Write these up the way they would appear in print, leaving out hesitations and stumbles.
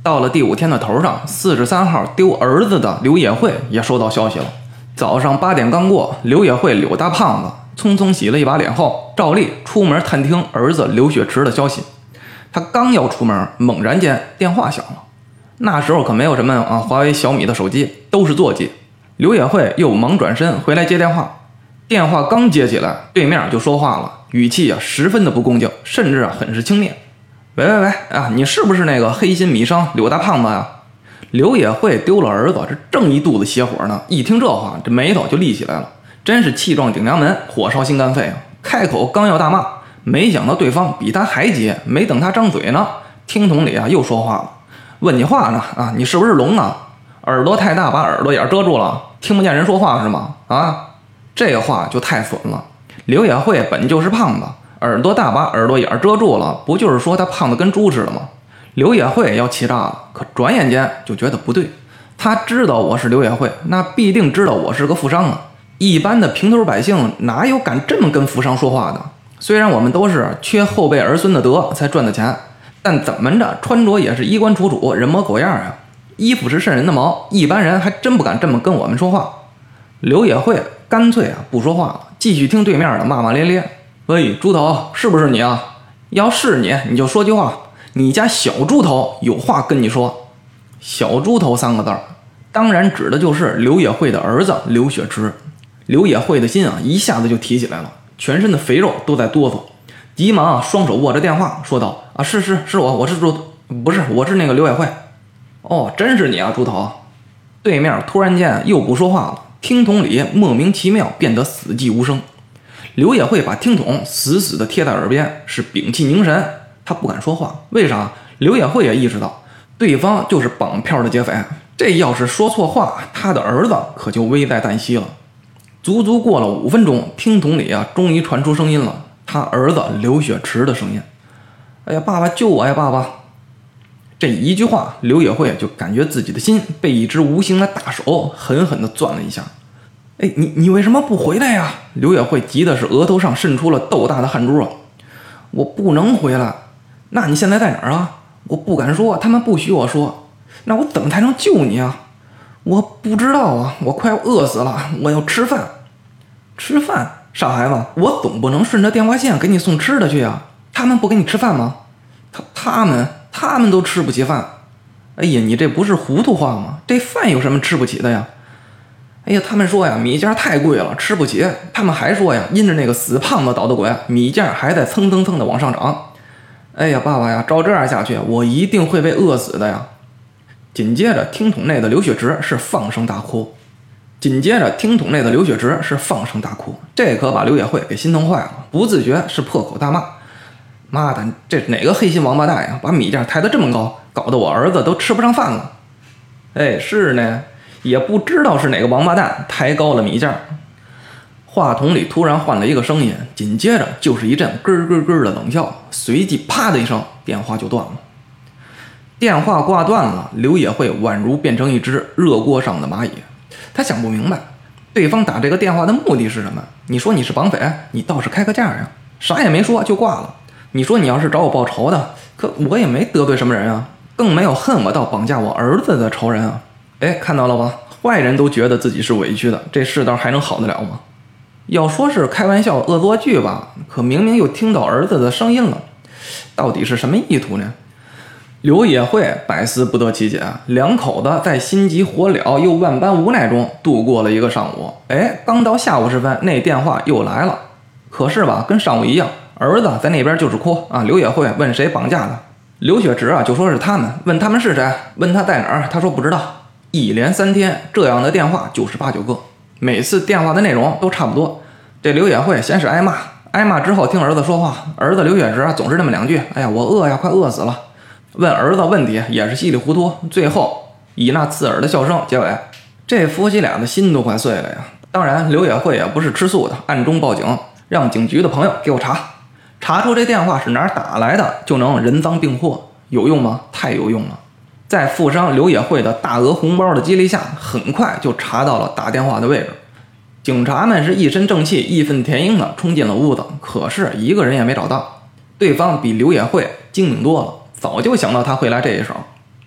到了第5天的头上，43号丢儿子的刘野惠也收到消息了。早上8点刚过，刘野惠柳大胖子匆匆洗了一把脸后，照例出门探听儿子刘雪池的消息。他刚要出门，猛然间电话响了。那时候可没有什么华为、小米的手机，都是座机。刘野惠又忙转身回来接电话，电话刚接起来，对面就说话了，语气十分的不恭敬，甚至很是轻蔑。喂你是不是那个黑心米商柳大胖子呀？刘野惠丢了儿子，这正一肚子邪火呢，一听这话，这眉头就立起来了，真是气壮顶梁门，火烧心肝肺啊！开口刚要大骂，没想到对方比他还急，没等他张嘴呢，听筒里又说话了，问你话呢你是不是聋啊？耳朵太大把耳朵眼遮住了，听不见人说话是吗？这话就太损了。刘野惠本就是胖子，耳朵大把耳朵眼遮住了，不就是说他胖得跟猪似的吗？刘野惠要气炸了，可转眼间就觉得不对。他知道我是刘野惠，那必定知道我是个富商啊。一般的平头百姓哪有敢这么跟富商说话的？虽然我们都是缺后辈儿孙的德才赚的钱，但怎么着穿着也是衣冠楚楚，人模狗样啊。衣服是渗人的毛，一般人还真不敢这么跟我们说话。刘野惠干脆不说话了，继续听对面的骂骂咧咧。喂，猪头，是不是你啊？要是你就说句话，你家小猪头有话跟你说。小猪头3个字当然指的就是刘野惠的儿子刘雪池。刘野惠的心一下子就提起来了，全身的肥肉都在哆嗦，急忙双手握着电话说道：是我是猪，不是，我是那个刘野惠。真是你啊，猪头。对面突然间又不说话了，听筒里莫名其妙变得死寂无声。刘野惠把听筒死死地贴在耳边，是屏气凝神，他不敢说话。为啥？刘野惠也意识到对方就是绑票的劫匪，这要是说错话，他的儿子可就危在旦夕了。足足过了5分钟，听筒里终于传出声音了，他儿子刘雪池的声音。哎呀，爸爸救我呀，爸爸！这一句话，刘野惠就感觉自己的心被一只无形的大手狠狠地攥了一下。你为什么不回来呀？刘野惠急的是额头上渗出了豆大的汗珠啊！我不能回来。那你现在在哪儿啊？我不敢说，他们不许我说。那我怎么才能救你啊？我不知道啊，我快要饿死了，我要吃饭。吃饭？傻孩子，我总不能顺着电话线给你送吃的去呀。他们不给你吃饭吗？他们都吃不起饭。哎呀，你这不是糊涂话吗？这饭有什么吃不起的呀？哎呀，他们说呀，米价太贵了，吃不起。他们还说呀，因着那个死胖子捣的鬼，米价还在蹭的往上涨。哎呀，爸爸呀，照这样下去，我一定会被饿死的呀。紧接着，听筒内的刘雪池是放声大哭。这可把刘野惠给心疼坏了，不自觉是破口大骂。妈的，这哪个黑心王八蛋呀，把米价抬得这么高，搞得我儿子都吃不上饭了。是呢，也不知道是哪个王八蛋抬高了米价。话筒里突然换了一个声音，紧接着就是一阵咯咯咯的冷笑，随即啪的一声，电话就断了。电话挂断了，刘野惠宛如变成一只热锅上的蚂蚁。他想不明白，对方打这个电话的目的是什么？你说你是绑匪，你倒是开个价呀，啥也没说就挂了。你说你要是找我报仇的，可我也没得罪什么人啊，更没有恨我到绑架我儿子的仇人啊。看到了吧？坏人都觉得自己是委屈的，这世道还能好得了吗？要说是开玩笑恶作剧吧，可明明又听到儿子的声音了，到底是什么意图呢？刘野惠百思不得其解，两口子在心急火燎又万般无奈中度过了一个上午。刚到下午时分，那电话又来了。可是吧，跟上午一样，儿子在那边就是哭啊。刘野惠问谁绑架的，刘雪池就说是他们，问他们是谁，问他在哪儿，他说不知道。一连3天这样的电话就是8、9个，每次电话的内容都差不多。这刘野惠先是挨骂之后听儿子说话，儿子刘雪池总是这么2句：哎呀，我饿呀，快饿死了。问儿子问题也是稀里糊涂，最后以那刺耳的笑声结尾。这夫妻俩的心都快碎了呀！当然，刘野惠也不是吃素的，暗中报警，让警局的朋友给我查出这电话是哪儿打来的，就能人赃并获。有用吗？太有用了！在富商刘野惠的大额红包的激励下，很快就查到了打电话的位置。警察们是一身正气、义愤填膺的冲进了屋子，可是一个人也没找到。对方比刘野惠精明多了，早就想到他会来这一手。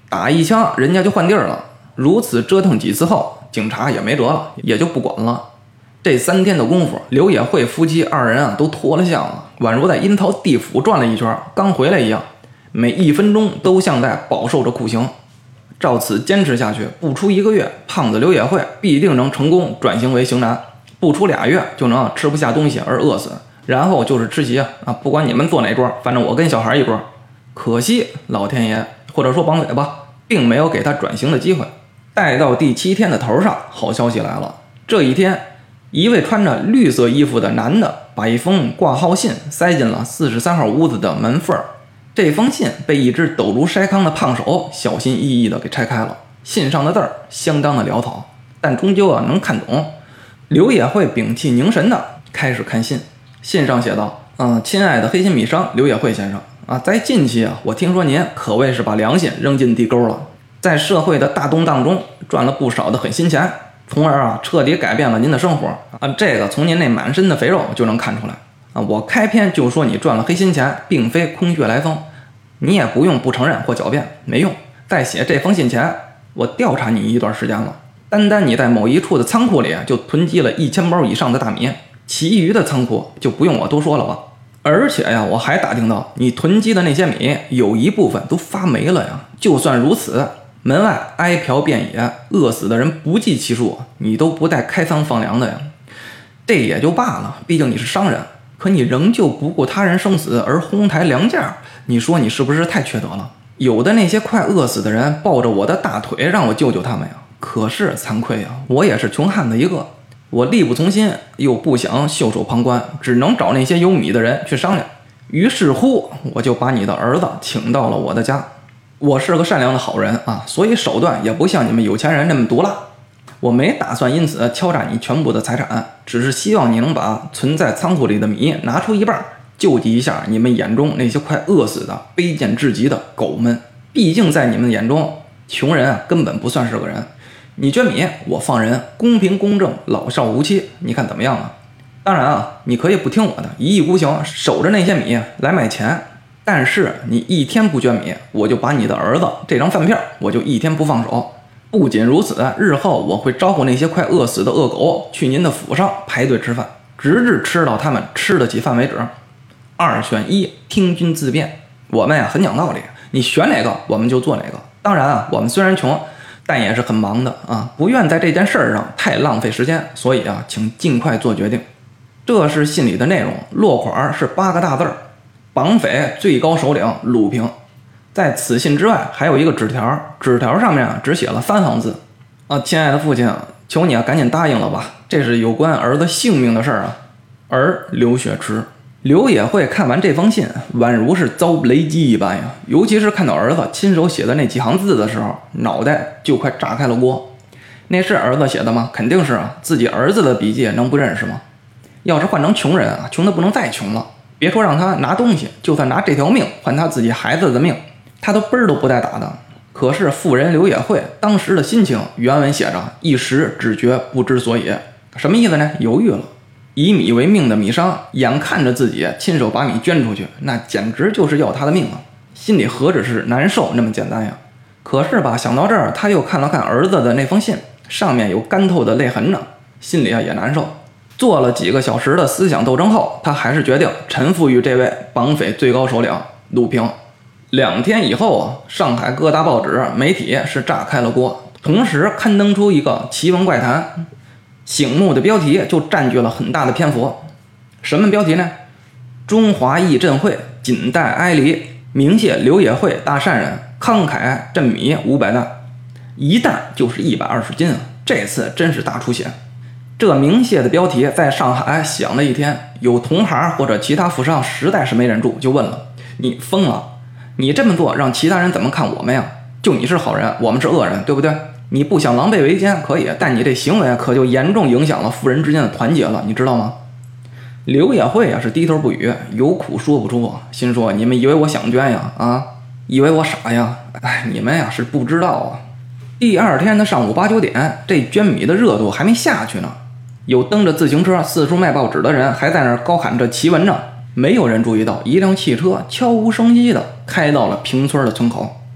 打一枪人家就换地儿了。如此折腾几次后，警察也没辙了，也就不管了。这3天的功夫，刘野惠夫妻2人都脱了相了，宛如在阴曹地府转了一圈刚回来一样，每1分钟都像在饱受着酷刑。照此坚持下去，不出1个月，胖子刘野惠必定能成功转型为型男，不出2月就能吃不下东西而饿死，然后就是吃席不管你们坐哪桌，反正我跟小孩一桌。可惜老天爷或者说绑匪吧，并没有给他转型的机会。待到第7天的头上，好消息来了。这一天，一位穿着绿色衣服的男的把一封挂号信塞进了43号屋子的门缝。这封信被一只抖如筛糠的胖手小心翼翼地给拆开了，信上的字儿相当的潦草，但终究能看懂。刘野惠屏气凝神地开始看信，信上写道：亲爱的黑心米商刘野惠先生在近期我听说您可谓是把良心扔进地沟了，在社会的大动荡中赚了不少的狠心钱，从而彻底改变了您的生活这个从您那满身的肥肉就能看出来我开篇就说你赚了黑心钱并非空穴来风，你也不用不承认或狡辩，没用。在写这封信前，我调查你一段时间了，单单你在某一处的仓库里就囤积了1000包以上的大米，其余的仓库就不用我多说了吧。而且我还打听到你囤积的那些米有一部分都发霉了呀。就算如此，门外哀瓢遍野，饿死的人不计其数，你都不带开仓放粮的呀。这也就罢了，毕竟你是商人，可你仍旧不顾他人生死而哄抬粮价，你说你是不是太缺德了？有的那些快饿死的人抱着我的大腿让我救救他们呀，可是惭愧呀，我也是穷汉子一个，我力不从心，又不想袖手旁观，只能找那些有米的人去商量。于是乎，我就把你的儿子请到了我的家。我是个善良的好人所以手段也不像你们有钱人那么毒辣。我没打算因此敲诈你全部的财产，只是希望你能把存在仓库里的米拿出一半，救济一下你们眼中那些快饿死的卑贱至极的狗们。毕竟在你们眼中，穷人根本不算是个人。你捐米，我放人，公平公正，老少无欺，你看怎么样当然你可以不听我的，一意孤行，守着那些米来卖钱。但是你1天不捐米，我就把你的儿子这张饭票我就1天不放手。不仅如此，日后我会招呼那些快饿死的恶狗去您的府上排队吃饭，直至吃到他们吃得起饭为止。2选1，听君自便。我们很讲道理，你选哪个我们就做哪个。当然我们虽然穷，但也是很忙的不愿在这件事上太浪费时间，所以请尽快做决定。这是信里的内容，落款是8个大字：绑匪最高首领鲁平。在此信之外还有一个纸条，纸条上面只写了3行字亲爱的父亲，求你赶紧答应了吧，这是有关儿子性命的事儿儿刘雪池。刘野惠看完这封信，宛如是遭雷击一般呀，尤其是看到儿子亲手写的那几行字的时候，脑袋就快炸开了锅。那是儿子写的吗？肯定是自己儿子的笔记能不认识吗？要是换成穷人穷的不能再穷了，别说让他拿东西，就算拿这条命换他自己孩子的命，他都奔儿都不带打的。可是妇人刘野惠当时的心情，原文写着一时只觉不知所以，什么意思呢？犹豫了。以米为命的米商眼看着自己亲手把米捐出去，那简直就是要他的命心里何止是难受那么简单呀。可是想到这儿，他又看了看儿子的那封信，上面有干透的泪痕呢，心里也难受。做了几个小时的思想斗争后，他还是决定臣服于这位绑匪最高首领鲁平。2天以后上海各大报纸媒体是炸开了锅，同时刊登出一个奇闻怪谈，醒目的标题就占据了很大的篇幅。什么标题呢？中华义赈会仅待哀离，鸣谢刘野惠大善人，慷慨赈米500担，一担就是120斤这次真是大出血。这鸣谢的标题在上海响了一天，有同行或者其他富商实在是没忍住，就问了：你疯了？你这么做让其他人怎么看我们呀？就你是好人，我们是恶人，对不对？你不想狼狈为奸可以，但你这行为可就严重影响了富人之间的团结了，你知道吗？刘野惠是低头不语，有苦说不出，心说你们以为我想捐呀？以为我傻呀？你们是不知道第2天的上午8、9点，这捐米的热度还没下去呢，有蹬着自行车四处卖报纸的人还在那儿高喊着奇闻呢。没有人注意到一辆汽车悄无声息地开到了平村的村口。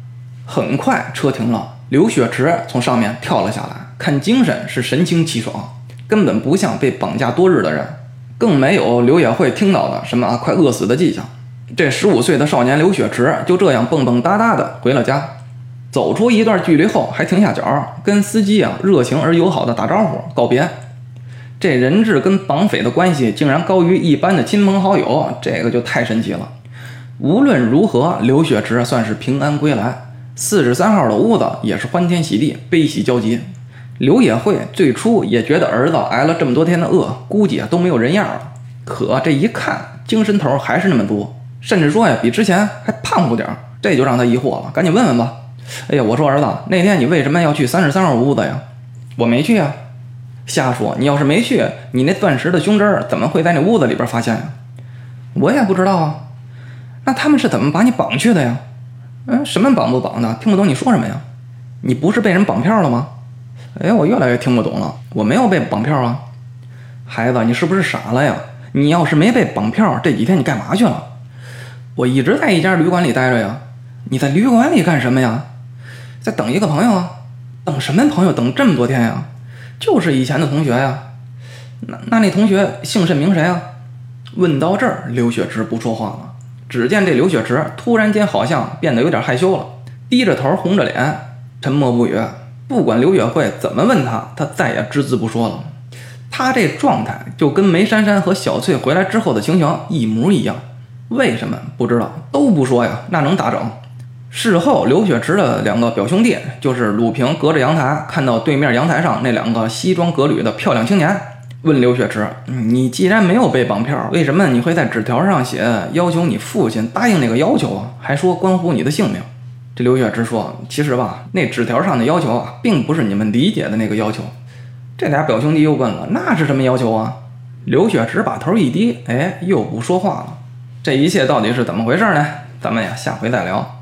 很快车停了，刘雪池从上面跳了下来，看精神是神清气爽，根本不像被绑架多日的人，更没有刘也会听到的什么快饿死的迹象。这15岁的少年刘雪池就这样蹦蹦哒哒的回了家。走出一段距离后还停下脚，跟司机热情而友好的打招呼告别。这人质跟绑匪的关系竟然高于一般的亲朋好友，这个就太神奇了。无论如何，刘雪池算是平安归来，43号的屋子也是欢天喜地，悲喜交集。刘也会最初也觉得儿子挨了这么多天的饿，估计都没有人样了，可这一看精神头还是那么多，甚至说比之前还胖乎点，这就让他疑惑了，赶紧问问吧。哎呀，我说儿子，那天你为什么要去33号屋子呀？我没去啊。瞎说，你要是没去，你那钻石的胸针怎么会在那屋子里边发现呀？我也不知道啊。那他们是怎么把你绑去的呀？什么绑不绑的？听不懂你说什么呀？你不是被人绑票了吗？哎，我越来越听不懂了，我没有被绑票啊。孩子，你是不是傻了呀？你要是没被绑票，这几天你干嘛去了？我一直在一家旅馆里待着呀。你在旅馆里干什么呀？在等一个朋友啊。等什么朋友？等这么多天呀？就是以前的同学呀。那同学姓甚名谁啊？问到这儿，刘雪池不说话了。只见这刘雪池突然间好像变得有点害羞了，低着头红着脸沉默不语。不管刘也会怎么问他再也只字不说了。他这状态就跟梅珊珊和小翠回来之后的情形一模一样。为什么不知道，都不说呀，那能咋整？事后刘雪池的2个表兄弟，就是鲁平隔着阳台看到对面阳台上那2个西装革履的漂亮青年，问刘雪池，你既然没有被绑票，为什么你会在纸条上写要求你父亲答应那个要求啊？还说关乎你的性命。这刘雪池说，其实吧，那纸条上的要求并不是你们理解的那个要求。这俩表兄弟又问了，那是什么要求啊？刘雪池把头一低，又不说话了。这一切到底是怎么回事呢？咱们下回再聊。